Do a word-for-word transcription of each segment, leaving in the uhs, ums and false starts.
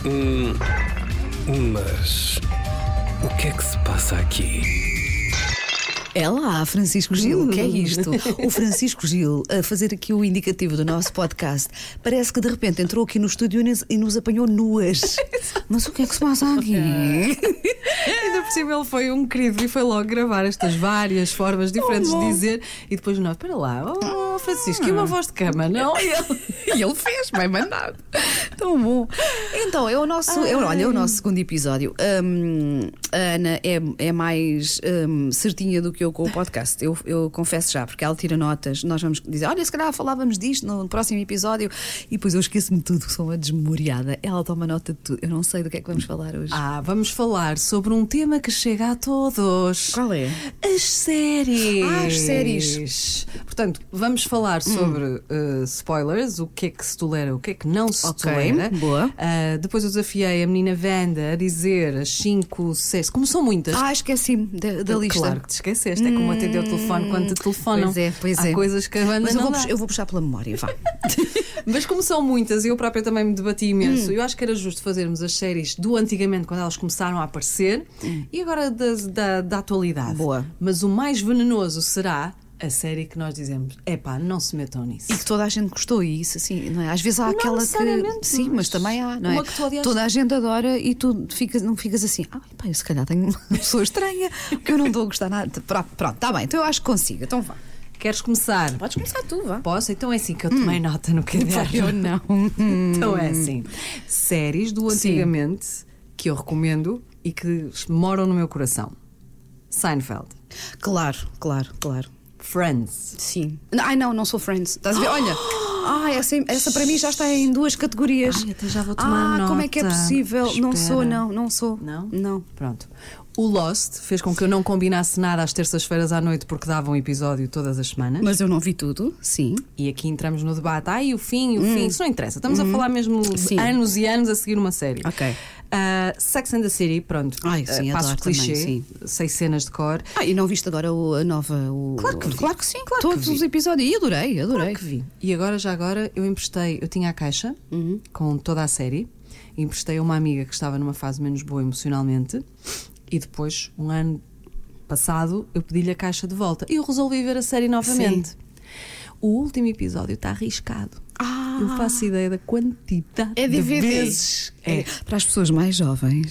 Hum, mas o que é que se passa aqui? É lá, Francisco Gil, o que é isto? O Francisco Gil a fazer aqui o indicativo do nosso podcast. Parece que de repente entrou aqui no estúdio e nos apanhou nuas. Mas o que é que se passa aqui? Ainda por cima ele foi um querido e foi logo gravar estas várias formas diferentes oh, de dizer. E depois nós, para lá, oh Francisco, e uma voz de cama, não? E ele, e ele fez, bem mandado. Tão bom. Então, é o nosso, é, olha, é o nosso segundo episódio. Um, a Ana é, é mais um, certinha do que eu com o podcast, eu, eu confesso já, porque ela tira notas, nós vamos dizer, olha, se calhar falávamos disto no próximo episódio, e depois eu esqueço-me de tudo, sou uma desmemoriada. Ela toma nota de tudo, eu não sei do que é que vamos falar hoje. Ah, vamos falar sobre um tema que chega a todos. Qual é? As séries. Ah, as séries. Portanto, vamos falar sobre hum. uh, spoilers, o que é que se tolera, o que é que não se okay. tolera. Boa. Uh, depois eu desafiei a menina Wanda a dizer as cinco, seis, como são muitas. Ah, esqueci-me da, da lista. Claro que te esqueceste. É como atender o telefone quando te telefonam. Pois é, pois Há é. coisas que a Wanda Mas eu não vou, dá. puxar, eu vou puxar pela memória, vá. Mas como são muitas, eu própria também me debati imenso. Hum. Eu acho que era justo fazermos as séries do antigamente, quando elas começaram a aparecer, hum. e agora da, da, da atualidade. Boa. Mas o mais venenoso será a série que nós dizemos, epá, não se metam nisso. E que toda a gente gostou, e isso assim, não é? Às vezes há não aquela que. Sim, mas, mas também há, não é? Que aliás... Toda a gente adora e tu ficas, não ficas assim, ah, pá, eu se calhar tenho uma pessoa estranha, que eu não estou a gostar nada. Pronto, está bem, então eu acho que consigo, então vá. Queres começar? Podes começar tu, vá. Posso? Então é assim que eu tomei hum. nota no caderno. Eu não. Então é assim. Séries do antigamente Sim. que eu recomendo e que moram no meu coração. Seinfeld. Claro, claro, claro. Friends. Sim. Ai não, não sou Friends. Estás a ver? Olha. Ah, essa, essa para mim já está em duas categorias. Ai, até já vou tomar ah, nota. Como é que é possível? Espera. Não sou, não, não sou. Não? Não. Pronto. O Lost fez com que eu não combinasse nada às terças-feiras à noite porque dava um episódio todas as semanas. Mas eu não vi tudo, sim. E aqui entramos no debate. Ai, o fim, o hum. fim. Isso não interessa. Estamos hum. a falar mesmo sim. anos e anos a seguir uma série. Ok. Uh, Sex and the City, pronto. Ai, sim, uh, passo adoro clichê, também, sim. seis cenas de cor. Ah, e não viste agora o, a nova. O... Claro que vi. Claro que sim, claro todos que vi. os episódios. E adorei, adorei. Claro que vi. E agora, já agora, eu emprestei, eu tinha a caixa uhum. com toda a série, emprestei a uma amiga que estava numa fase menos boa emocionalmente. E depois, um ano passado, eu pedi-lhe a caixa de volta. E eu resolvi ver a série novamente. Sim. O último episódio está arriscado. Ah, eu faço ideia da quantidade é de vezes. É. Para as pessoas mais jovens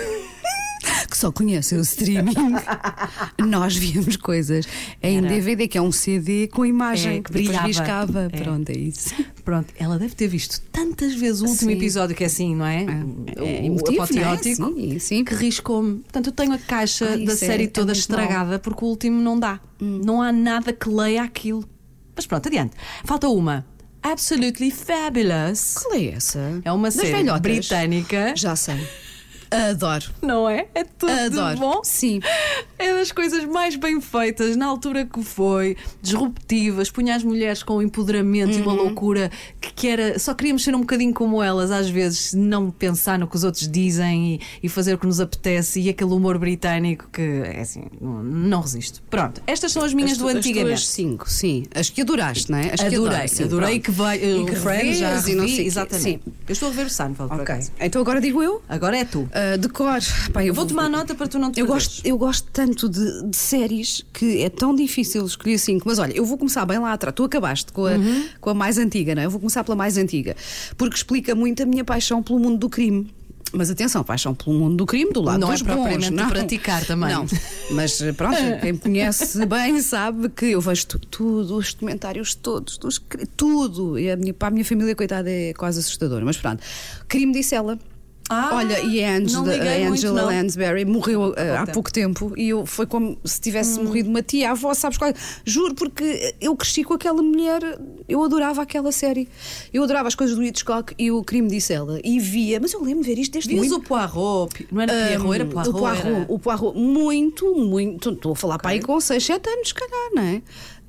que só conhecem o streaming, nós víamos coisas em Era. D V D, que é um C D com imagem é, que brilhava. Riscava. É. Pronto, é isso. Pronto, ela deve ter visto tantas vezes o último sim. episódio, que é assim, não é? É, é o emotivo, apoteótico, não é? Sim, sim. que riscou-me. Portanto, eu tenho a caixa Ai, da série é, toda é estragada, mal. Porque o último não dá. Hum. Não há nada que leia aquilo. Mas pronto, adiante. Falta uma. Absolutely Fabulous. Qual é essa? É uma das série velhotas. Britânica. Já sei. Adoro. Não é? É tudo Adoro. bom? Sim. É das coisas mais bem feitas na altura que foi, disruptivas, punha as mulheres com empoderamento uhum. e uma loucura que, que era. Só queríamos ser um bocadinho como elas, às vezes, não pensar no que os outros dizem e, e fazer o que nos apetece, e aquele humor britânico que é assim, não, não resisto. Pronto, estas são as minhas as do antigamente. As cinco, sim. As que adoraste, não é? As que adorei, adorei, sim, adorei que veio. E que Friends já e não sei exatamente. Sim. Eu estou a ver o Seinfeld. Ok. Então agora digo eu. Agora é tu. Uh, de cor. Pá, eu vou tomar nota para tu não te eu gosto, eu gosto tanto de, de séries que é tão difícil escolher cinco. Mas olha, eu vou começar bem lá atrás. Tu acabaste com a, uhum. com a mais antiga, não é? Eu vou começar pela mais antiga, porque explica muito a minha paixão pelo mundo do crime. Mas atenção, paixão pelo mundo do crime, do lado não dos é propriamente bons, não praticar também. Não, mas pronto, quem me conhece bem sabe que eu vejo tu, tudo, os documentários todos, dos, tudo. E a minha, para a minha família, coitada, é quase assustador. Mas pronto, crime disse ela. Ah, olha, e a Angela, a Angela Lansbury morreu uh, há pouco tempo e eu, foi como se tivesse hum. morrido uma tia, a avó, sabes qual? Juro, porque eu cresci com aquela mulher, eu adorava aquela série, eu adorava as coisas do Hitchcock e o crime disse ela, e via, mas eu lembro de ver isto desde muito. Vias o Poirot, não era Pierrot, um, era Poirot. O Poirot, era... o Poirot, muito, muito, estou a falar okay. para aí com seis, sete anos, se calhar, não é?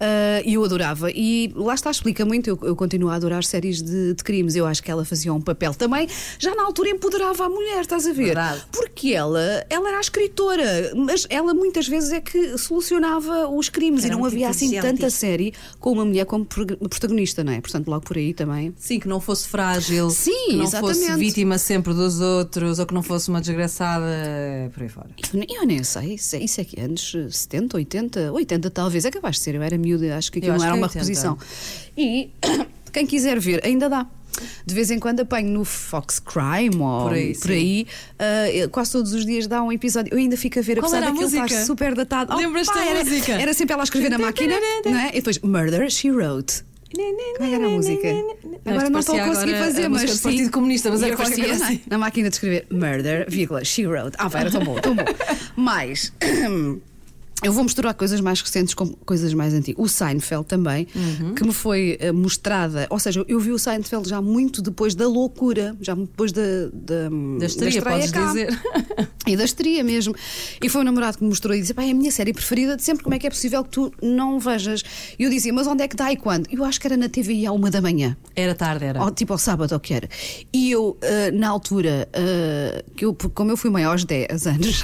Uh, e eu adorava. E lá está, explica muito. Eu, eu continuo a adorar séries de, de crimes. Eu acho que ela fazia um papel também, já na altura empoderava a mulher, estás a ver? Verdade. Porque ela, ela era a escritora, mas ela muitas vezes é que solucionava os crimes. Era E não um havia tipo assim inteligente. tanta série com uma mulher como protagonista, não é? Portanto, logo por aí também. Sim, que não fosse frágil, Sim, que não exatamente. fosse vítima sempre dos outros, ou que não fosse uma desgraçada, por aí fora. Eu, eu nem sei, isso é, isso é que é anos setenta, oitenta, oitenta talvez, é capaz de ser. Eu era miúda, acho que aquilo Eu não acho era que é uma oitenta. reposição. E quem quiser ver, ainda dá. De vez em quando apanho no Fox Crime ou Por aí, por aí uh, quase todos os dias dá um episódio. Eu ainda fico a ver, Qual apesar era a daquilo música? estar super datado. Lembras-te pá, da era, música? Era sempre ela a escrever na máquina, não é? E depois Murder, She Wrote. Como é que era a música? Agora não estou a conseguir fazer, mas do sim. Partido Comunista, mas E era qualquer aparecia, coisa não é? assim. Na máquina de escrever Murder, vírgula, She Wrote. Ah, vai, era tão bom, tão bom. Mas eu vou misturar coisas mais recentes com coisas mais antigas. O Seinfeld também, Uhum. que me foi uh, mostrada. Ou seja, eu vi o Seinfeld já muito depois da loucura, já muito depois da, da, Da histeria, podes cá. dizer. E da histeria mesmo. E foi um namorado que me mostrou e disse: pá, é a minha série preferida de sempre, como é que é possível que tu não vejas? E eu dizia: mas onde é que dá e quando? Eu acho que era na T V I à uma da manhã. Era tarde, era. Ou, tipo ao sábado, ou que era. E eu, uh, na altura, uh, que eu, como eu fui mãe aos dez anos.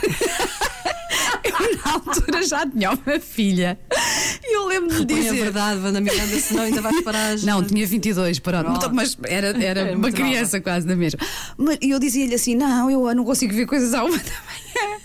Eu, na altura, já tinha uma filha. E eu lembro-me de Põe dizer. a verdade, Wanda Miranda, senão ainda vais parar. as- Não, tinha vinte e dois, pronto. Pronto. Mas era, era, Era uma muito criança quase da mesma. Mas eu dizia-lhe assim: não, eu não consigo ver coisas à uma da manhã.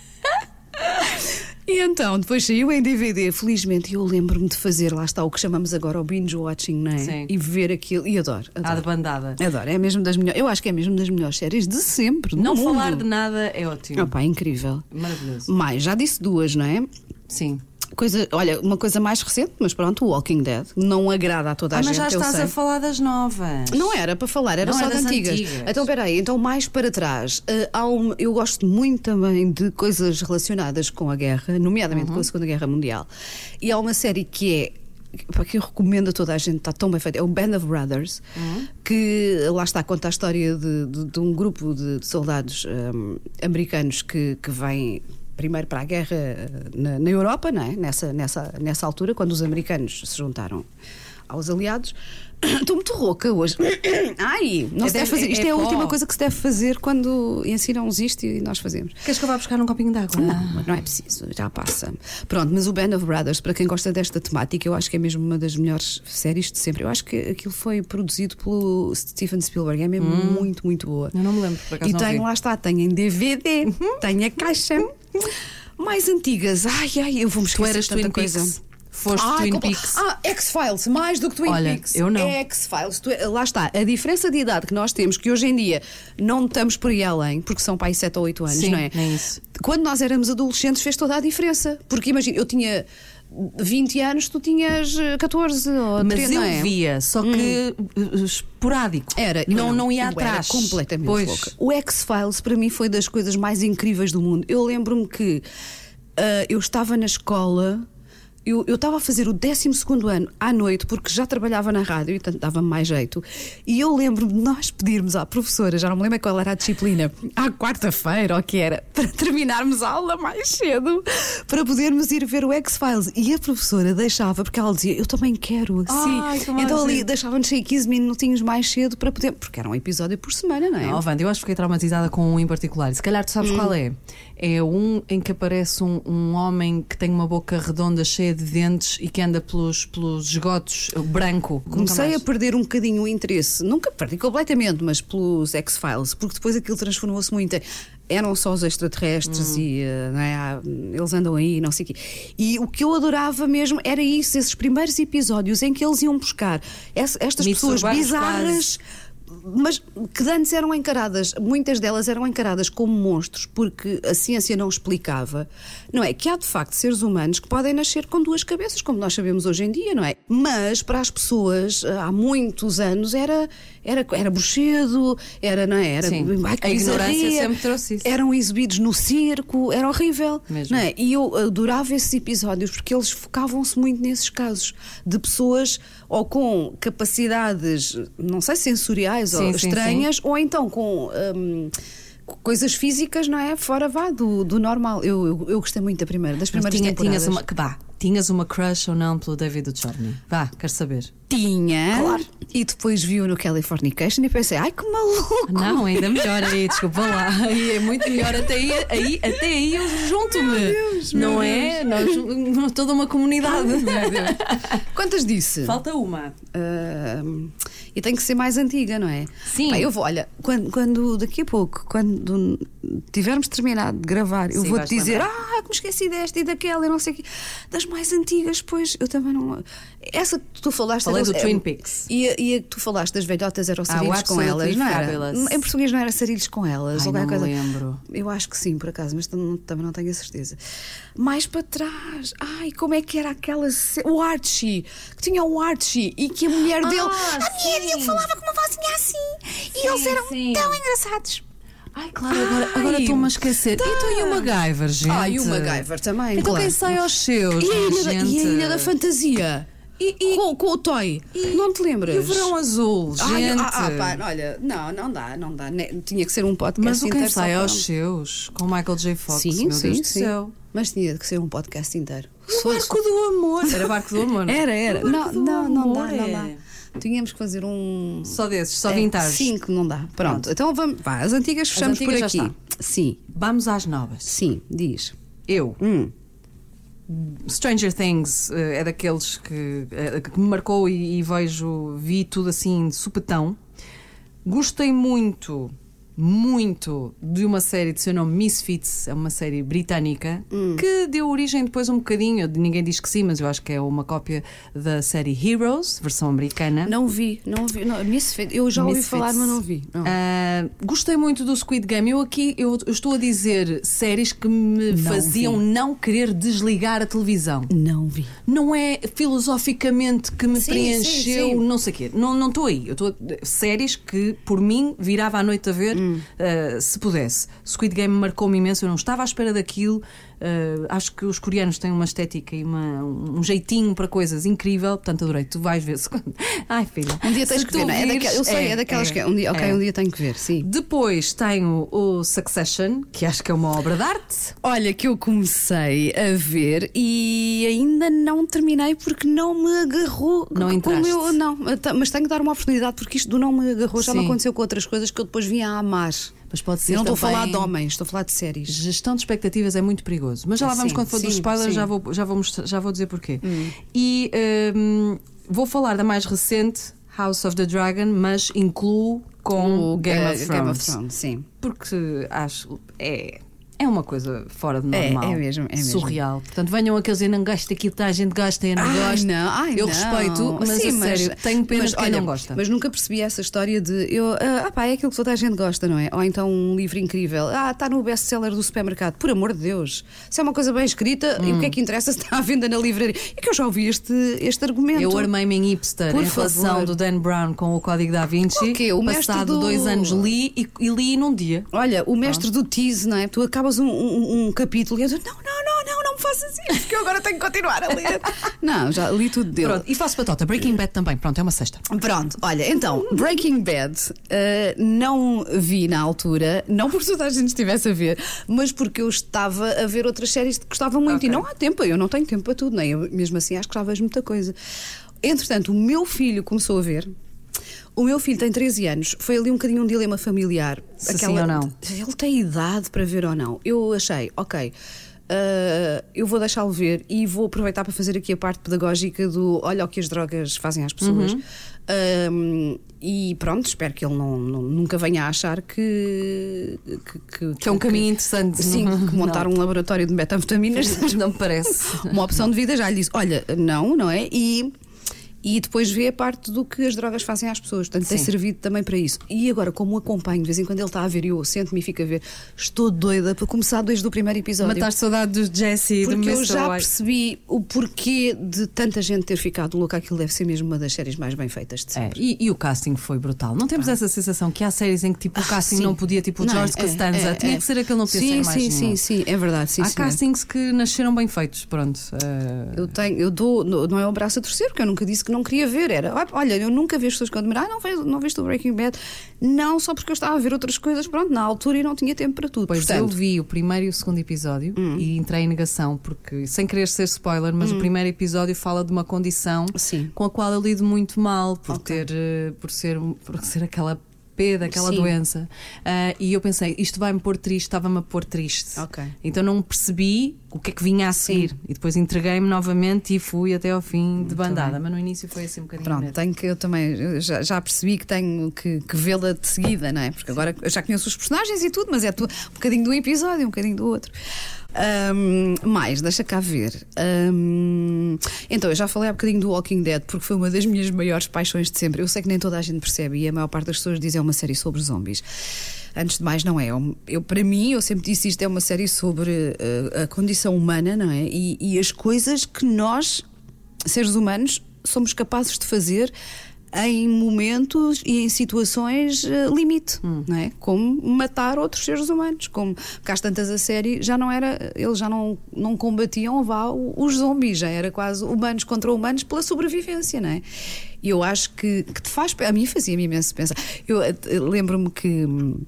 E então, depois saiu em D V D, felizmente, e eu lembro-me de fazer, lá está o que chamamos agora o binge watching, não é? Sim. E ver aquilo, e adoro. À de adoro. bandada. Adoro, é mesmo das melhores, eu acho que é mesmo das melhores séries de sempre. Não no falar mundo. de nada é ótimo. Opa, é incrível. Maravilhoso. Mais, já disse duas, não é? Sim. Coisa, olha, uma coisa mais recente, mas pronto, o Walking Dead não agrada a toda a Ah, gente. mas já eu estás sei. a falar das novas. Não era para falar, era Não só é de das antigas. antigas. Então, espera aí, então mais para trás. eh, há um- eu gosto muito também de coisas relacionadas com a guerra, nomeadamente Uhum. com a Segunda Guerra Mundial. E há uma série que é. Para que eu recomendo a toda a gente, está tão bem feito. É o Band of Brothers, Uhum. que lá está, conta a história de, de- de um grupo de, de soldados hum, americanos que, que vêm primeiro para a guerra eh, na, na Europa, não é? nessa, nessa, nessa altura, quando os americanos se juntaram aos aliados. Estou muito rouca hoje. Ai, não É se deve de- fazer. é- Isto é é a pó. última coisa que se deve fazer quando ensinam-nos isto e nós fazemos. Queres que eu vá buscar um copinho de água? Não, mas não é preciso, já passa. Pronto, mas o Band of Brothers, para quem gosta desta temática, eu acho que é mesmo uma das melhores séries de sempre. Eu acho que aquilo foi produzido pelo Steven Spielberg, é mesmo muito, muito boa. Eu não me lembro, por acaso E não tem, vi. lá está, tem em D V D, tem a caixa. Mais antigas, ai, ai, eu vou-me Tu esquecer eras de tanta Twin coisa. Peaks. Foste Ai, Twin compl- Peaks. Ah, X-Files, mais do que Twin Olha, Peaks. eu não. X-Files, tu- lá está, a diferença de idade que nós temos, que hoje em dia não estamos por aí além, porque são para aí sete ou oito anos, Sim, não é? nem isso. Quando nós éramos adolescentes fez toda a diferença. Porque imagina, eu tinha vinte anos, tu tinhas eh, catorze ou Mas treze, eu não é? via, só que uh, esporádico. Era, eu não, não ia eu atrás. Era completamente Pois. louca. O X-Files para mim foi das coisas mais incríveis do mundo. Eu lembro-me que ah, eu estava na escola. Eu, eu estava a fazer o décimo segundo ano à noite, porque já trabalhava na rádio e portanto dava-me mais jeito. E eu lembro-me de nós pedirmos à professora, já não me lembro qual era a disciplina, à quarta-feira ou o que era, para terminarmos a aula mais cedo, para podermos ir ver o X-Files. E a professora deixava, porque ela dizia: eu também quero, Ai, sim. como Então ali assim? deixavam-nos sair quinze minutinhos mais cedo para poder, porque era um episódio por semana, não é? Oh, Wanda, eu acho que fiquei traumatizada com um em particular. E se calhar tu sabes Hum. qual é. É um em que aparece um, um homem que tem uma boca redonda cheia de dentes e que anda pelos, pelos esgotos, branco. Nunca Comecei mais. a perder um bocadinho o interesse, nunca perdi completamente, mas pelos X-Files, porque depois aquilo transformou-se muito em. Eram só os extraterrestres e eh, não é, ah, eles andam aí, não sei o quê. E o que eu adorava mesmo era isso, esses primeiros episódios em que eles iam buscar ess- estas Mitos pessoas urbanos bizarras. Mas que antes eram encaradas, muitas delas eram encaradas como monstros, porque a ciência não explicava, não é? Que há de facto seres humanos que podem nascer com duas cabeças, como nós sabemos hoje em dia, não é? Mas para as pessoas, há muitos anos, era, era, era bruxedo, era, não é? Era, Sim. ai, que A ignorância bizarria. sempre trouxe isso. Eram exibidos no circo, era horrível. Mesmo. Não é? E eu adorava esses episódios porque eles focavam-se muito nesses casos de pessoas ou com capacidades, não sei, sensoriais Sim, ou sim, estranhas, ou então com hum, co- coisas físicas, não é? Fora vá do, do normal. Eu, eu, eu gostei muito da primeira, das Mas primeiras tinha, temporadas. tinhas uma, que vá, Tinhas uma crush ou não pelo David Duchovny? Vá, quero saber. Tinha. Claro. E depois viu no Californication e pensei, ai que maluco. Não, ainda melhor aí, desculpa lá. Aí é muito melhor. Até aí, aí, até aí eu junto-me. Deus, não meu é? Nós, toda uma comunidade. Quantas disse? Falta uma. Uh, e tem que ser mais antiga, não é? Sim. Pá, eu vou, olha, quando, quando daqui a pouco, quando tivermos terminado de gravar, eu Sim, vou-te vais dizer, lembrar. ah, que me esqueci desta e daquela, e não sei o quê. Das mais antigas, pois eu também não. Essa que tu falaste. Falei era, do Twin Peaks. E a, e a que tu falaste das velhotas eram sarilhos Ah, com elas, não era? Fabulous. Em português não era sarilhos com elas. Ai, ou não qualquer me coisa. lembro. Eu acho que sim, por acaso, mas também, também não tenho a certeza. Mais para trás, ai, como é que era aquela. ce- O Archie, que tinha o Archie e que a mulher dele. Ah, A mulher sim. dele falava com uma vozinha assim. E Sim, eles eram sim. tão engraçados. Ai, claro, agora, Ai, agora estou-me a esquecer. tá. Então e o MacGyver, gente? Ah, e o MacGyver também. Então claro. quem sai aos seus? E a ilha, da, gente? e a ilha da fantasia. E- e- com, com o Toy. Não te lembras? E o verão azul, gente. Ai, ah, ah, pá, olha, não, não dá, não dá. Ne- Tinha que ser um podcast Mas o quem inteiro só sai para- aos seus? Com Michael J. Fox, Sim, meu sim, Deus do sim. céu. Mas tinha que ser um podcast inteiro. O Barco do Amor. Era Barco do Amor. não? Era, era. O Não, Barco do não, não dá, Amor, não é. dá. Tínhamos que fazer um. Só desses, só é, vintage. Cinco, não dá. Pronto, então vamos. Vá, as antigas fechamos antigas por já aqui. Sim, Vamos às novas. sim, diz. Eu, Hum. Stranger Things eh, é daqueles que, eh, que me marcou e, e vejo, vi tudo assim de supetão. Gostei muito, muito de uma série de seu nome Misfits, é uma série britânica que deu origem depois um bocadinho, ninguém diz que sim, mas eu acho que é uma cópia da série Heroes, versão americana. Não vi, não vi. Não, Misfit, eu já ouvi Misfits. falar, mas não vi. Não. Ah, gostei muito do Squid Game. Eu aqui eu, eu estou a dizer séries que me Não faziam vi. não querer desligar a televisão. Não vi. Não é filosoficamente que me Sim, preencheu, sim, sim. não sei o quê. Não não estou aí. Eu estou a- séries que, por mim, virava à noite a ver, Hum. ah, se pudesse. Squid Game marcou-me imenso. Eu não estava à espera daquilo. Ah, acho que os coreanos têm uma estética e uma- um jeitinho para coisas incrível. Portanto, adorei. Tu vais ver. Ai, filha. Um dia tens se que tu ver, não é? É vires- daquela- eu sei, é, é, daquelas é, que. Um dia, ok, é. um dia tenho que ver, sim. Depois tenho o Succession, que acho que é uma obra de arte. Olha, que eu comecei a ver e ainda não terminei porque não me agarrou. Não como entraste. eu, não, mas tenho que dar uma oportunidade porque isto do não me agarrou já me Sim. aconteceu com outras coisas que eu depois vinha a amar. Mas pode ser Eu não estou a também- falar de homens, estou a falar de séries. Gestão de expectativas é muito perigoso. Mas já lá vamos Sim, quando for dos sim, spoilers, sim. já vou, já, vou mostrar- já vou dizer porquê. E hum, vou falar da mais recente, House of the Dragon, mas incluo com O Game, Ga- of Game of Thrones. Thrones, sim. Porque acho. É. É uma coisa fora de É, normal. é mesmo, é mesmo. Surreal. Portanto, venham aqueles eu não gosto daquilo que toda a gente gosta, eu não Ai, gosto. não, ai, eu não. respeito, mas Sim, a sério, tenho pena mas, de quem olha, não gosta. Mas nunca percebi essa história de eu, ah, pá, é aquilo que toda a gente gosta, não é? Ou então um livro incrível, ah, está no best-seller do supermercado. Por amor de Deus, se é uma coisa bem escrita, e o que é que interessa se está à venda na livraria? É que eu já ouvi este, este argumento. Eu armei-me em hipster Por em relação favor. do Dan Brown com o Código da Vinci. O quê? O mestre Passado do- dois anos li e, e li num dia. Olha, o mestre do tease, não é? Tu acabas um, um, um capítulo e eu digo, não, não, não, não, não me faças isso, porque eu agora tenho que continuar a ler. Não, já li tudo dele. Pronto, e faço batota. Breaking Bad também. Pronto, é uma sexta. Pronto, olha, então, Breaking Bad uh, não vi na altura, não porque toda a gente estivesse a ver, mas porque eu estava a ver outras séries que gostava muito Ok. e não há tempo, eu não tenho tempo para tudo, nem eu, mesmo assim acho que já vejo muita coisa. Entretanto, o meu filho começou a ver. O meu filho tem treze anos, foi ali um bocadinho um dilema familiar. Se sim ou não. Ele tem idade para ver ou não. Eu achei, ok. Uh, eu vou deixá-lo ver e vou aproveitar para fazer aqui a parte pedagógica do olha o que as drogas fazem às pessoas. Um, e pronto, espero que ele não, não- nunca venha a achar que que, que- Que é um caminho interessante. Sim, que montar um laboratório de metanfetaminas Não me parece. uma opção de vida. Já lhe disse, olha, não, não é? E E depois vê a parte do que as drogas fazem às pessoas. Portanto, tem Sim. servido também para isso. E agora, como o acompanho, de vez em quando ele está a ver e eu sento-me e fico a ver, estou doida para começar desde o primeiro episódio. Mataste saudade do Jesse e do Porque eu mister já White. percebi o porquê de tanta gente ter ficado louca. Aquilo deve ser mesmo uma das séries mais bem feitas de É, sempre. e, e o casting foi brutal. Não temos essa sensação que há séries em que tipo, o casting sim. não podia, tipo o Não, George é, Costanza, é, tinha é. que ser aquele, não podia sim, ser mais sim, nenhum. sim, sim, é verdade. Sim, Há senhora. castings que nasceram bem feitos, pronto. eh, Eu tenho, eu dou, não é o braço a torcer, porque eu nunca disse que que não queria ver. Era, olha, eu nunca vi as pessoas quando me ah, não, viste, não viste o Breaking Bad. Não só porque eu estava a ver outras coisas, pronto, na altura e não tinha tempo para tudo. Pois Portanto, eu vi o primeiro e o segundo episódio hum. e entrei em negação, porque, sem querer ser spoiler, mas hum. o primeiro episódio fala de uma condição Sim. com a qual eu lido muito mal, por, okay. ter, por, ser, por ser aquela daquela Sim. doença uh, e eu pensei, isto vai-me pôr triste, estava-me a pôr triste okay. então não percebi o que é que vinha a seguir. Sim. E depois entreguei-me novamente e fui até ao fim muito de bandada, bem. Mas no início foi assim um bocadinho pronto, mesmo. Tenho que eu também eu já, já percebi que tenho que, que vê-la de seguida, não é? Porque agora eu já conheço os personagens e tudo, mas é tu, um bocadinho de um episódio, um bocadinho do outro. Um, mais, deixa cá ver. Um, então, eu já falei há bocadinho do Walking Dead porque foi uma das minhas maiores paixões de sempre. Eu sei que nem toda a gente percebe e a maior parte das pessoas diz é uma série sobre zombies. Antes de mais, não é. Eu, para mim, eu sempre disse isto é uma série sobre uh, a condição humana, não é? E, e as coisas que nós, seres humanos, somos capazes de fazer em momentos e em situações uh, limite, hum. não é? Como matar outros seres humanos, como porque às tantas a série já não era, eles já não, não combatiam vá, os zombies, já era quase humanos contra humanos pela sobrevivência, não é? E eu acho que, que te faz, a mim fazia-me imenso pensar. Eu, eu lembro-me que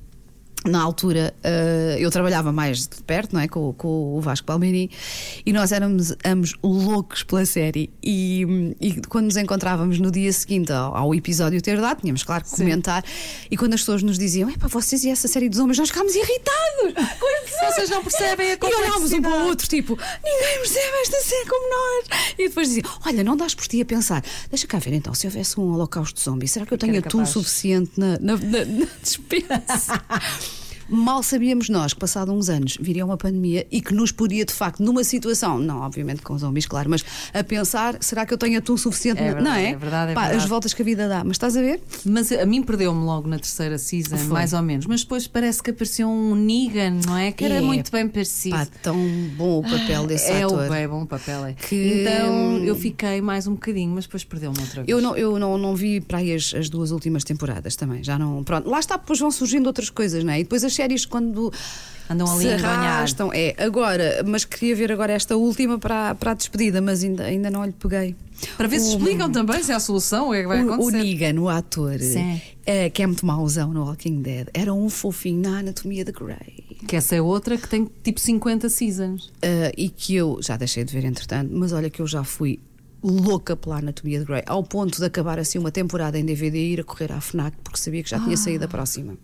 na altura uh, eu trabalhava mais de perto, não é? Com, com o Vasco Palmeirim e nós éramos ambos loucos pela série e, e quando nos encontrávamos no dia seguinte ao, ao episódio ter dado, tínhamos claro que Sim. comentar e quando as pessoas nos diziam epá, vocês e essa série dos homens, nós ficámos irritados vocês não percebem a complexidade. E olhávamos um para o outro tipo, ninguém percebe esta série como nós e depois diziam, olha, não dás por ti a pensar, deixa cá ver então, se houvesse um holocausto de zombies, será que eu tenho atum suficiente na, na, na, na despensa? Mal sabíamos nós que, passado uns anos, viria uma pandemia e que nos poria, de facto, numa situação, não, obviamente com zombies, claro, mas a pensar, será que eu tenho atum suficiente? É verdade, não é? É verdade, é Pá, verdade. As voltas que a vida dá, mas estás a ver? Mas a mim perdeu-me logo na terceira season, Foi. mais ou menos, mas depois parece que apareceu um Negan, não é? Que era é, muito bem parecido. Pá, tão bom o papel desse é ator. É o bem bom o papel, é. Que... Então eu fiquei mais um bocadinho, mas depois perdeu-me outra vez. Eu não, eu não, não vi para aí as, as duas últimas temporadas também, já não. Pronto, lá está, depois vão surgindo outras coisas, não é? E depois as séries, quando andam ali se arrastam, é, agora, mas queria ver agora esta última para, para a despedida, mas ainda, ainda não lhe peguei. Para ver se o, explicam também se é a solução ou é que vai o, acontecer. O Negan, o ator, é, que é muito mauzão no Walking Dead, era um fofinho na Anatomia de Grey. Que essa é outra que tem tipo cinquenta seasons. Uh, e que eu já deixei de ver entretanto, mas olha que eu já fui louca pela Anatomia de Grey, ao ponto de acabar assim uma temporada em D V D e ir a correr à FNAC porque sabia que já tinha ah. saído a próxima.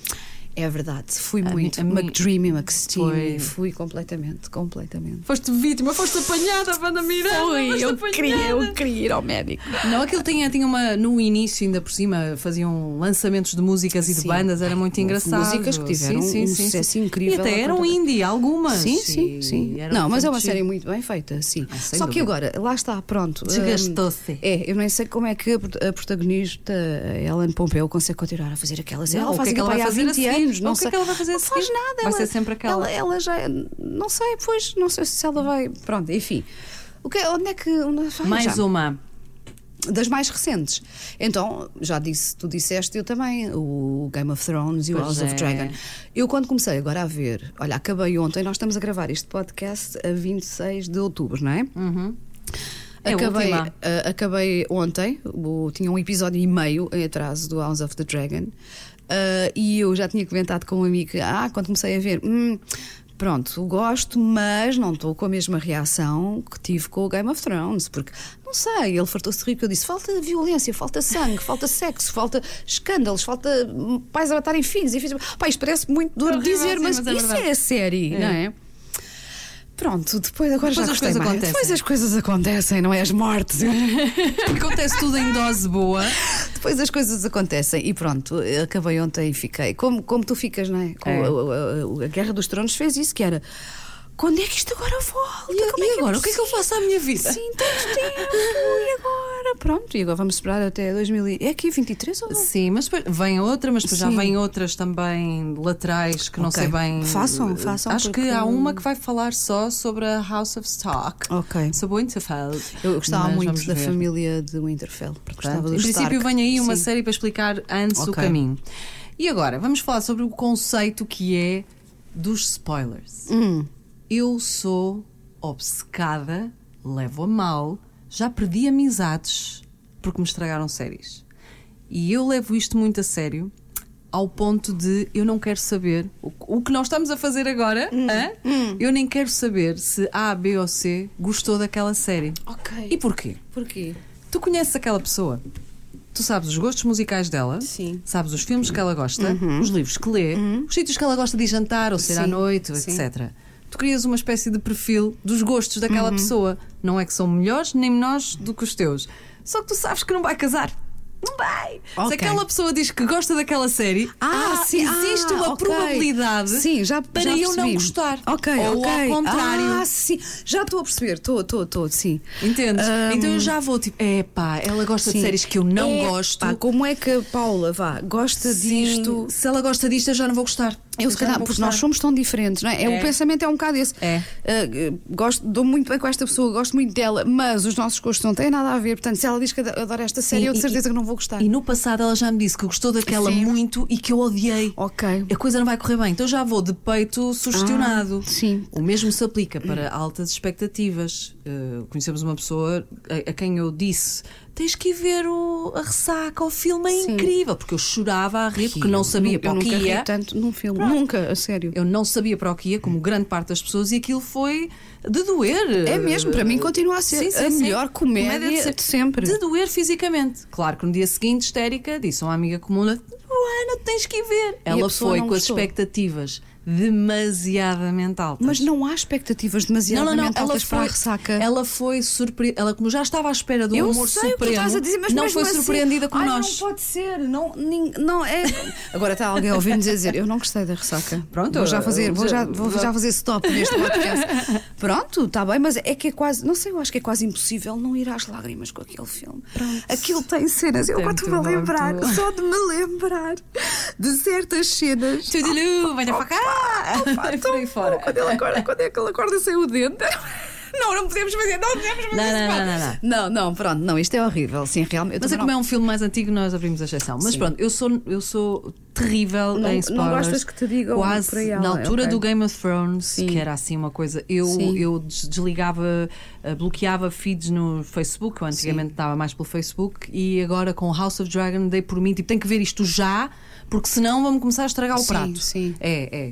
É verdade, fui a muito mi, McDreamy, McSteamy, fui completamente, completamente. Foste vítima, foste apanhada, Wanda Miranda. Fui, eu queria, eu queria ir ao médico. Não, aquilo tinha, tinha uma, no início ainda por cima, faziam lançamentos de músicas e de sim. bandas, era muito engraçado. Músicas que tiveram sim, sim, um sucesso sim. incrível. E até eram indie, algumas. Sim, sim, sim. Não, mas é uma série muito bem feita, sim. Ah, Só dúvida. Que agora, lá está, pronto. Desgastou-se. Um, é, eu nem sei como é que a protagonista, a Ellen Pompeo, consegue continuar a fazer aquelas. Não, ela faz que ela vai há fazer vinte anos. Não, o que é que ela vai fazer não a faz nada. Vai ela, ser sempre aquela. Ela, ela já. Não sei, pois, não sei se ela vai. Pronto, enfim. O que, onde é que. Onde, ai, mais já. uma. Das mais recentes. Então, já disse, tu disseste, eu também, o Game of Thrones e o House é. of Dragon. Eu, quando comecei agora a ver, olha, acabei ontem, nós estamos a gravar este podcast a vinte e seis de outubro, não é? Uhum. Acabei, uh, acabei ontem, o, tinha um episódio e meio em atraso do House of the Dragon. Uh, e eu já tinha comentado com um amigo que, ah, quando comecei a ver, hum, pronto, gosto, mas não estou com a mesma reação que tive com o Game of Thrones, porque, não sei, ele fartou-se de rir, porque eu disse, falta violência, falta sangue, falta sexo, falta escândalos, falta pais a matarem filhos, e filhos. Pá, isto parece muito duro de dizer, mas, mas é isso é a série, é. não é? Pronto, depois agora depois já gostei mais. Acontecem. Depois as coisas acontecem, não é as mortes. Acontece tudo em dose boa. Depois as coisas acontecem e pronto, acabei ontem e fiquei. Como, como tu ficas, não é? Com é. A, a, a Guerra dos Tronos fez isso, que era. Quando é que isto agora volta? E, Como e é que agora? é o que é que eu faço à minha vida? Sim, tanto tempo. E agora? Pronto, e agora vamos esperar até dois mil. É aqui vinte e três ou não? Sim, mas depois vem outra, mas depois já vem outras também laterais que não okay. sei bem. Façam, façam. Acho porque... que há uma que vai falar só sobre a House of Stark. Ok. Sobre Winterfell. Eu gostava mas muito da ver. família de Winterfell. Porque Portanto, gostava do em princípio, Stark. vem aí uma Sim. série para explicar antes okay. o caminho. E agora, vamos falar sobre o conceito que é dos spoilers. Hum. Eu sou obcecada, levo a mal, já perdi amizades porque me estragaram séries. E eu levo isto muito a sério, ao ponto de eu não quero saber o, o que nós estamos a fazer agora. Hum. Hã? Hum. Eu nem quero saber se A, B ou C gostou daquela série. Ok. E porquê? Porquê? Tu conheces aquela pessoa, tu sabes os gostos musicais dela, Sim. sabes os filmes que ela gosta, Uhum. os livros que lê, Uhum. os sítios que ela gosta de ir jantar ou sair Sim. à noite, Sim. etcétera. Tu crias uma espécie de perfil dos gostos daquela Uhum. pessoa. Não é que são melhores nem menores do que os teus. Só que tu sabes que não vai casar. Não vai! Ok. Se aquela pessoa diz que gosta daquela série, Ah, sim. existe Ah, uma ok. probabilidade sim, já, para já eu não percebi. gostar. Ok, Ou ok. ao contrário. Ah, sim. Já estou a perceber. Estou, estou, estou, sim. Entendes? Ahm, Então eu já vou tipo, é pá, ela gosta Sim. de séries que eu não É, gosto. pá, como é que a Paula vá, gosta Sim, disto? se ela gosta disto, eu já não vou gostar. Eu, se já calhar, não vou porque gostar. nós somos tão diferentes, não é? É, É. o pensamento é um bocado esse. É. Uh, gosto, dou muito bem com esta pessoa, gosto muito dela, mas os nossos gostos não têm nada a ver. Portanto, se ela diz que adora esta série, Sim, eu de e- certeza que não vou gostar. E no passado ela já me disse que gostou daquela Sim. muito e que eu odiei. Ok. A coisa não vai correr bem, então já vou de peito sugestionado. Ah, sim. O mesmo se aplica para altas expectativas. Uh, conhecemos uma pessoa a, a quem eu disse: tens que ir ver o, a Ressaca, o filme é Sim. incrível, porque eu chorava a rir, porque não sabia eu para o que nunca ri ia. tanto num filme. Nunca, a sério. Eu não sabia para o que ia, como grande parte das pessoas, e aquilo foi de doer. É mesmo, para mim continua a ser Sim, sim, a sim. melhor comédia de sempre. De doer fisicamente. Claro que no dia seguinte, histérica, disse a uma amiga comum: Luana, tens que ir ver. a Ela pessoa foi não com as gostou. expectativas demasiadamente altas. Mas não há expectativas demasiadamente altas para a Ressaca. Ela foi surpreendida. Ela, como já estava à espera do Eu amor sei o que tu supremo, estás a dizer, mas não mesmo foi assim, surpreendida como ai, nós. Não pode ser, não, nin- não é. Agora está alguém a ouvir-nos a dizer: eu não gostei da Ressaca. Pronto, vou já fazer, vou já, já- vou já fazer stop neste podcast. Pronto, está bem, mas é que é quase, não sei, eu acho que é quase impossível não ir às lágrimas com aquele filme. Aquilo tem cenas, eu agora Tem estou-me a tudo, lembrar, tudo. só de me lembrar de certas cenas. Tudulu, venha para cá! Opa, Por tão aí fora. bom. Quando, ele acorda, quando é que ele acorda sem o dente? Não, não podemos fazer, não podemos fazer. Não, isso, não, pá. não, não, não. Não, não, pronto, não, isto é horrível. Sim, realmente. eu Mas é também como não- é um filme mais antigo, nós abrimos a exceção. Mas Sim. pronto, eu sou, eu sou terrível Não- em não spoilers. gostas que te digam quase por aí além, na altura ok. do Game of Thrones, Sim. que era assim uma coisa. Eu, Sim. eu des- desligava, eh, bloqueava feeds no Facebook. Eu antigamente estava mais pelo Facebook e agora com House of Dragon dei por mim, tipo, tenho que ver isto já, porque senão vamos começar a estragar o Sim, prato. sim. É, é.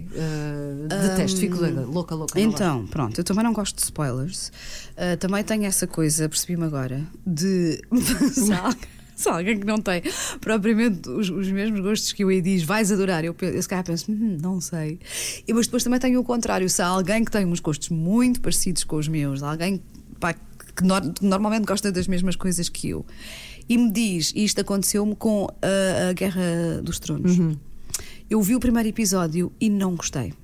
eh, detesto, fico doida, louca, louca. não gosto. Então, pronto, eu também não gosto de spoilers. Ah, também tenho essa coisa, percebi-me agora, de. se, há alguém, se há alguém que não tem propriamente os, os mesmos gostos que eu e diz, vais adorar, eu, penso, eu se calhar penso, hum, não sei. E, mas depois também tenho o contrário, se há alguém que tem uns gostos muito parecidos com os meus, alguém pá, que, nor- que normalmente gosta das mesmas coisas que eu, e me diz, e isto aconteceu-me com a, a Guerra dos Tronos. Eu vi o primeiro episódio e não gostei.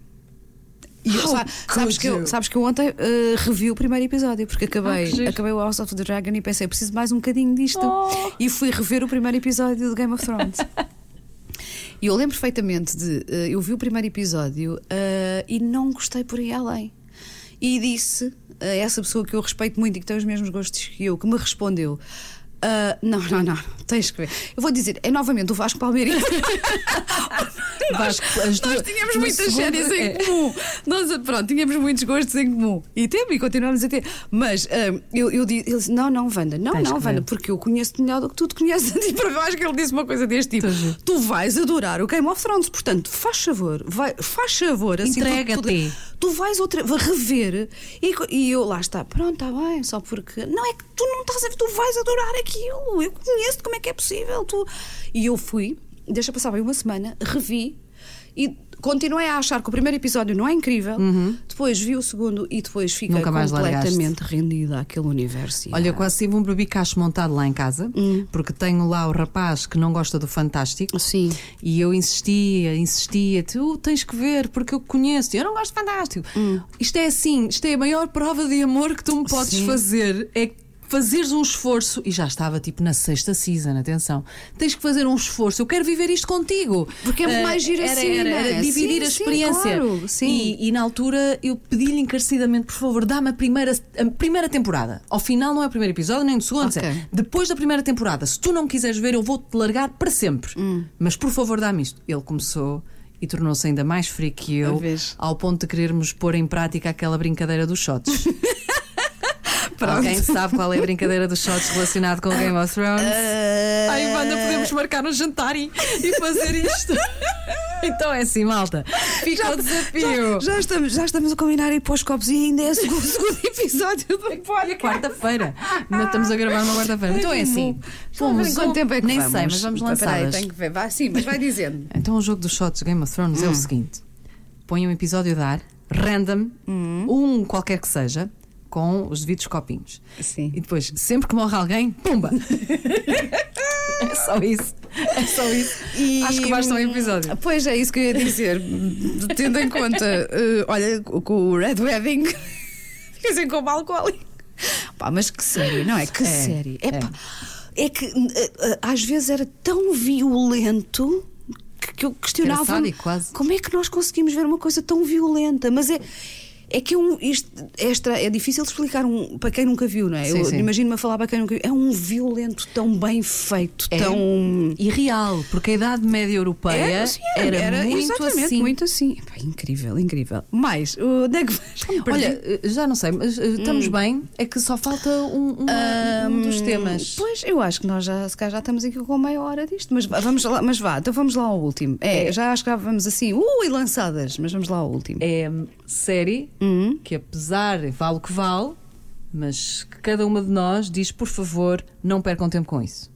E eu- How sa- sabes, could que eu, you? sabes que eu ontem eh, revi o primeiro episódio porque Ah, que acabei, giro. acabei o House of the Dragon e pensei, preciso mais um bocadinho disto. Oh. E fui rever o primeiro episódio do Game of Thrones. E eu lembro perfeitamente de. eh, eu vi o primeiro episódio eh, e não gostei por aí além. E disse a essa pessoa que eu respeito muito e que tem os mesmos gostos que eu, que me respondeu. ah, não, não, não, tens que ver. Eu vou dizer, é novamente o Vasco Palmeirinho. nós, Vasco, as nós duas- tínhamos no muitas segundo, séries em é. comum. Nós, pronto, tínhamos muitos gostos em comum. E temos e continuamos a ter. Mas ah, eu, eu disse, ele disse: não, não, Wanda, não, Tens não, que Wanda, ver. porque eu conheço-te melhor do que tu te conheces a ti. Eu acho que ele disse uma coisa deste tipo: Estou a ver. tu vais adorar o Game of Thrones, portanto, faz favor, vai, faz favor, assim, Entrega-te. tu, tu vais outra vai rever. E, e eu lá está, pronto, está bem, só porque. Não é que tu não estás a ver, tu vais adorar aquilo. Eu conheço-te, como é que é possível? Tu... E eu fui, deixa passar bem uma semana, revi e continuei a achar que o primeiro episódio não é incrível. Depois vi o segundo e depois fiquei Nunca mais completamente rendida àquele universo. E, Olha, ah, eu quase tive um bebicacho montado lá em casa, porque tenho lá o rapaz que não gosta do Fantástico. Sim. E eu insistia, insistia, tu tens que ver, porque eu conheço, eu não gosto de Fantástico. Isto é assim, isto é a maior prova de amor que tu me podes Sim. fazer. É fazeres um esforço, e já estava tipo na sexta season, atenção, tens que fazer um esforço, eu quero viver isto contigo. Porque é muito Ah, mais giro era, assim, era, não é? era dividir Sim, a sim, experiência. claro, sim. E, e na altura eu pedi-lhe encarecidamente, por favor, dá-me a primeira, a primeira temporada. Ao final não é o primeiro episódio, nem o segundo. Ok. Depois da primeira temporada, se tu não quiseres ver, eu vou-te largar para sempre. Hum. Mas por favor, dá-me isto. Ele começou e tornou-se ainda mais frio que eu, Vês? ao ponto de querermos pôr em prática aquela brincadeira dos shots. Alguém sabe qual é a brincadeira dos shots relacionado com o Game of Thrones? Uh... Ai, Wanda, podemos marcar um jantar e, e fazer isto. Então é assim, malta. Fica já, o desafio. Já, já, estamos, já estamos a combinar ir para os copos e ainda é o segundo, segundo episódio do podcast. É quarta-feira. Ainda estamos a gravar uma quarta-feira. Então é assim. Fomos quanto tempo é que Nem vamos? sei, mas vamos lançá-las. Tenho que ver. Vai, sim, mas vai dizendo. Então o jogo dos shots Game of Thrones hum. é o seguinte: põe um episódio a dar, random, hum. um qualquer que seja, com os devidos copinhos. Sim. E depois, sempre que morre alguém, pumba! É só isso. É só isso. E, acho que basta um episódio. Pois é, isso que eu ia dizer. Tendo em conta, uh, olha, com o Red Wedding, dizem com o alcoólico. Pá, mas que série, não é? Que é, série. É, é. Pá, é que uh, uh, às vezes era tão violento que, que eu questionava como é que nós conseguimos ver uma coisa tão violenta. Mas é. É que é um, isto extra, é difícil de explicar um, para quem nunca viu, não é? Sim, eu imagino-me a falar para quem nunca viu. É um violento tão bem feito, é tão. E real, porque a Idade Média Europeia é, sim, era, era muito assim. Muito assim. Pá, incrível, incrível. Mas, onde é que vais? Olha, já não sei, mas estamos hum. bem. É que só falta um, uma, um, um dos temas. Pois, eu acho que nós já, se calhar, já estamos aqui com meia hora disto. Mas vamos lá, mas vá, então vamos lá ao último. É, é. Já acho que já vamos assim, ui, uh, lançadas, mas vamos lá ao último. É série. Uhum. Que apesar, vale o que vale, mas que cada uma de nós diz, por favor, não percam tempo com isso.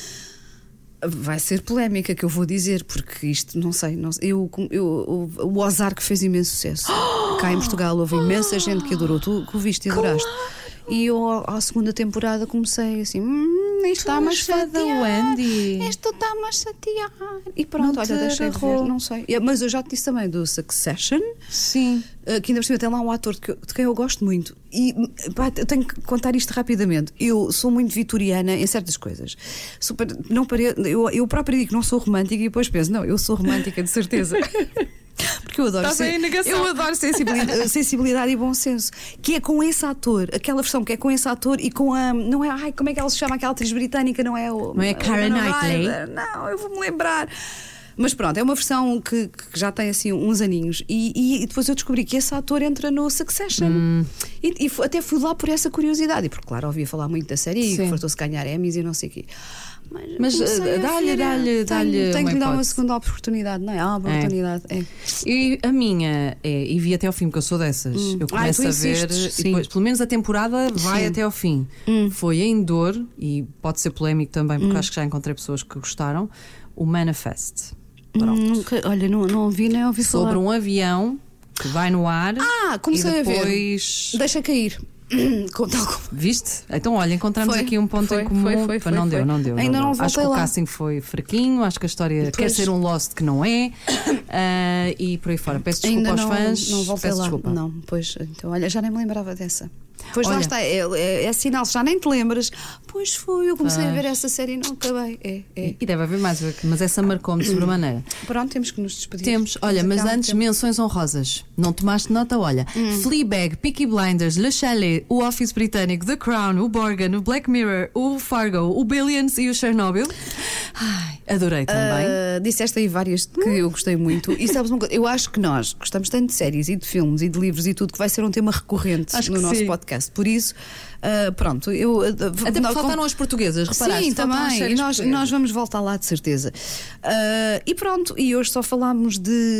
Vai ser polémica que eu vou dizer, porque isto, não sei, não sei eu, eu, o, o Ozark fez imenso sucesso. Oh! Cá em Portugal houve imensa oh! gente que adorou. Tu que o viste e adoraste. Claro! E eu, à segunda temporada, comecei assim: hum, isto está-me a chatear. Isto está-me a chatear. E pronto, não olha, deixei de ver, não sei. Mas eu já te disse também do Succession. Sim. Que ainda por cima tem lá um ator de, que, de quem eu gosto muito. E pá, eu tenho que contar isto rapidamente. Eu sou muito vitoriana em certas coisas. Super, não pare... eu, eu própria digo que não sou romântica e depois penso: não, eu sou romântica de certeza. Porque eu adoro, sen... eu adoro sensibilidade, sensibilidade e bom senso. Que é com esse ator, aquela versão que é com esse ator e com a. Não é. Ai, como é que ela se chama? Aquela atriz britânica, não é? O, não é Keira Knightley? Não, eu vou-me lembrar. Mas pronto, é uma versão que, que já tem assim uns aninhos. E, e depois eu descobri que esse ator entra no Succession. Hum. E, e até fui lá por essa curiosidade. E porque, claro, ouvia falar muito da série Sim. e que fartou-se ganhar Emmys e não sei o quê. Mas, Mas dá-lhe, dá-lhe, dá-lhe. Tenho que lhe dar uma segunda oportunidade, não é? Ah, uma oportunidade. É. É. E a minha é, e vi até ao fim, porque eu sou dessas. Hum. Eu começo ah, a ver, e depois, pelo menos a temporada vai Sim. até ao fim. Hum. Foi em Dor, e pode ser polémico também, porque hum. acho que já encontrei pessoas que gostaram. O Manifest. Pronto. Hum, olha, não, não ouvi nem ouvi falar. Sobre um avião que vai no ar. Ah, comecei e depois... a ver. Deixa cair. Com tal como... Viste? Então, olha, encontramos foi, aqui um ponto foi, em comum. Foi, foi, foi, não, foi. Deu, não deu, Ainda não não deu. Acho que lá. o casting foi fraquinho. Acho que a história depois... quer ser um Lost que não é. Uh, e por aí fora. Peço desculpa Ainda aos não, fãs. Não voltei Peço lá. Desculpa. Não, pois, então, olha, já nem me lembrava dessa. Pois olha, lá está, é, é, é sinal, já nem te lembras. Pois foi, eu comecei ah. a ver essa série e não acabei. É, é. E deve haver mais, mas essa marcou-me de sobremaneira. Pronto, temos que nos despedir. Temos, olha, mas antes, tempo. menções honrosas. Não tomaste nota? Olha, hum. Fleabag, Peaky Blinders, Le Chalet, o Office Britânico, The Crown, o Borgen, o Black Mirror, o Fargo, o Billions e o Chernobyl. Ai, adorei também. Uh, disseste aí várias que hum. eu gostei muito. E sabes uma coisa? Eu acho que nós gostamos tanto de séries e de filmes e de livros e tudo que vai ser um tema recorrente acho no nosso sim. podcast. Por isso, uh, pronto, eu. Uh, Até porque faltaram com... as portuguesas, reparaste? Sim, também. E nós, nós vamos voltar lá de certeza. Uh, e pronto, e hoje só falámos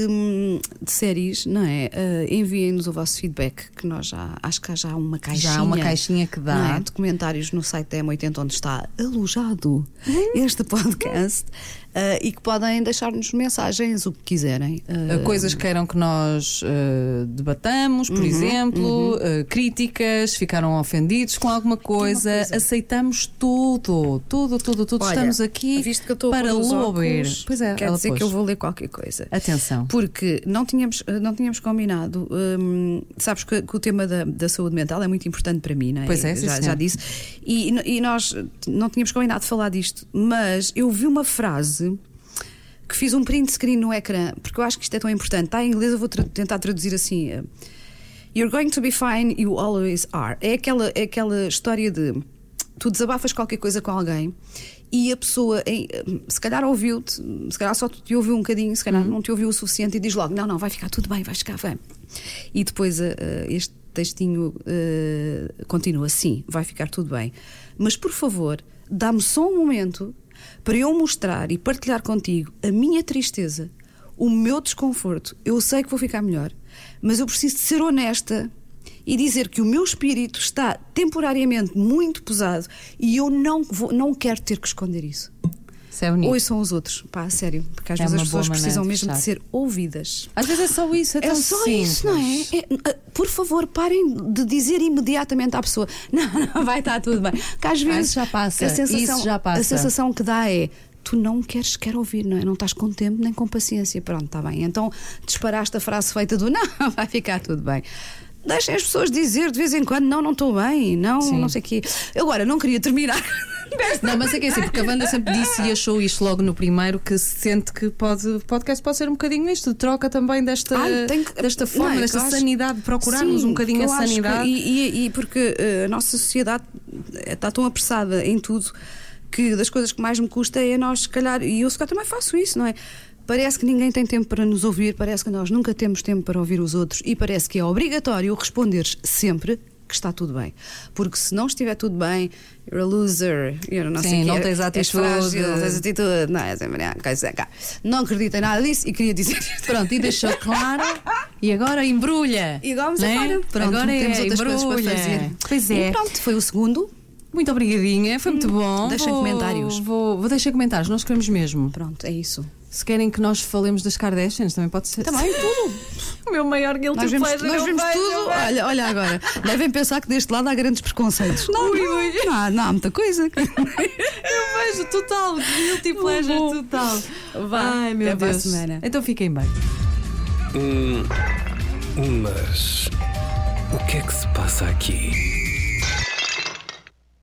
de, de séries, não é? Uh, enviem-nos o vosso feedback, que nós já acho que há já uma caixinha. Já há uma caixinha que dá. Não é? De comentários no site da M oitenta, onde está alojado hum. este podcast. Uh, e que podem deixar-nos mensagens, o que quiserem. Uh, Coisas que queiram que nós uh, debatamos, por uhum, exemplo, uhum. Uh, críticas, ficaram ofendidos com alguma coisa. coisa. Aceitamos tudo, tudo, tudo, tudo. Olha, estamos aqui visto que eu estou para ler. Pois é, quer dizer pôs. que eu vou ler qualquer coisa. Atenção. Porque não tínhamos, não tínhamos combinado. Hum, sabes que, que o tema da, da saúde mental é muito importante para mim, não é? Pois é, já, sim, já disse. E, e nós não tínhamos combinado de falar disto, mas eu vi uma frase que fiz um print screen no ecrã, porque eu acho que isto é tão importante. Está em inglês, eu vou tra- tentar traduzir assim: uh, You're going to be fine, you always are. É aquela, é aquela história de tu desabafas qualquer coisa com alguém e a pessoa, em, se calhar ouviu-te, se calhar só te ouviu um bocadinho, se calhar uhum. não te ouviu o suficiente e diz logo: não, não, vai ficar tudo bem, vai ficar bem. E depois uh, este textinho uh, continua: sim, vai ficar tudo bem, mas por favor, dá-me só um momento para eu mostrar e partilhar contigo a minha tristeza, o meu desconforto. Eu sei que vou ficar melhor, mas eu preciso de ser honesta e dizer que o meu espírito está temporariamente muito pesado e eu não, vou, não quero ter que esconder isso. Isso é bonito. Ouçam os outros, pá, a sério, porque às É vezes uma as pessoas boa precisam maneira de mesmo de fechar. ser ouvidas. Às vezes é só isso, é, É tão só simples. isso, não é? É, Por favor, parem de dizer imediatamente à pessoa: não, não, vai estar tudo bem. Que às vezes isso já passa, a sensação, isso já passa. a sensação que dá é: tu não queres sequer ouvir, não é? Não estás com tempo nem com paciência. Pronto, está bem. Então disparaste a frase feita do: não, vai ficar tudo bem. Deixem as pessoas dizer de vez em quando: não, não estou bem, não, Sim. não sei o quê. Agora, não queria terminar. Não, mas é que é assim, porque a Wanda sempre disse e achou isto logo no primeiro, que se sente que pode, o podcast pode ser um bocadinho isto, de troca também desta, Ai, tem que- desta forma, não, é que desta eu acho- sanidade, procurarmos Sim, um bocadinho eu a acho que- sanidade. e, e- e porque eh, a nossa sociedade está tão apressada em tudo que das coisas que mais me custa é nós, se calhar, e eu se calhar também faço isso, não é? Parece que ninguém tem tempo para nos ouvir, parece que nós nunca temos tempo para ouvir os outros e parece que é obrigatório responderes sempre que está tudo bem. Porque se não estiver tudo bem, you're a loser, you're não Sim, sei o não quê, tens és atitude. frágil, não tens atitude, não, é sempre, ah, coisa cá. Não acredito em nada disso e queria dizer isto. Pronto, e deixou claro. E agora embrulha. E vamos né? agora. Pronto, agora temos é, outras coisas embrulha. para fazer. Pois é. E pronto, foi o segundo. Muito obrigadinha, foi muito bom. Deixem Vou- comentários. Vou, vou deixar comentários, nós queremos mesmo. Pronto, é isso. Se querem que nós falemos das Kardashians, também pode ser. Também tudo. O meu maior guilty Nós vemos, pleasure. nós eu vemos vejo, tudo. eu vejo. Olha, olha agora. Devem pensar que deste lado há grandes preconceitos. Não, Ui, não, ui. não, há, não há muita coisa. Eu vejo total, guilty pleasure bom. total. Vá, Ai, meu até para a Deus. semana. Então fiquem bem. Hum, mas o que é que se passa aqui?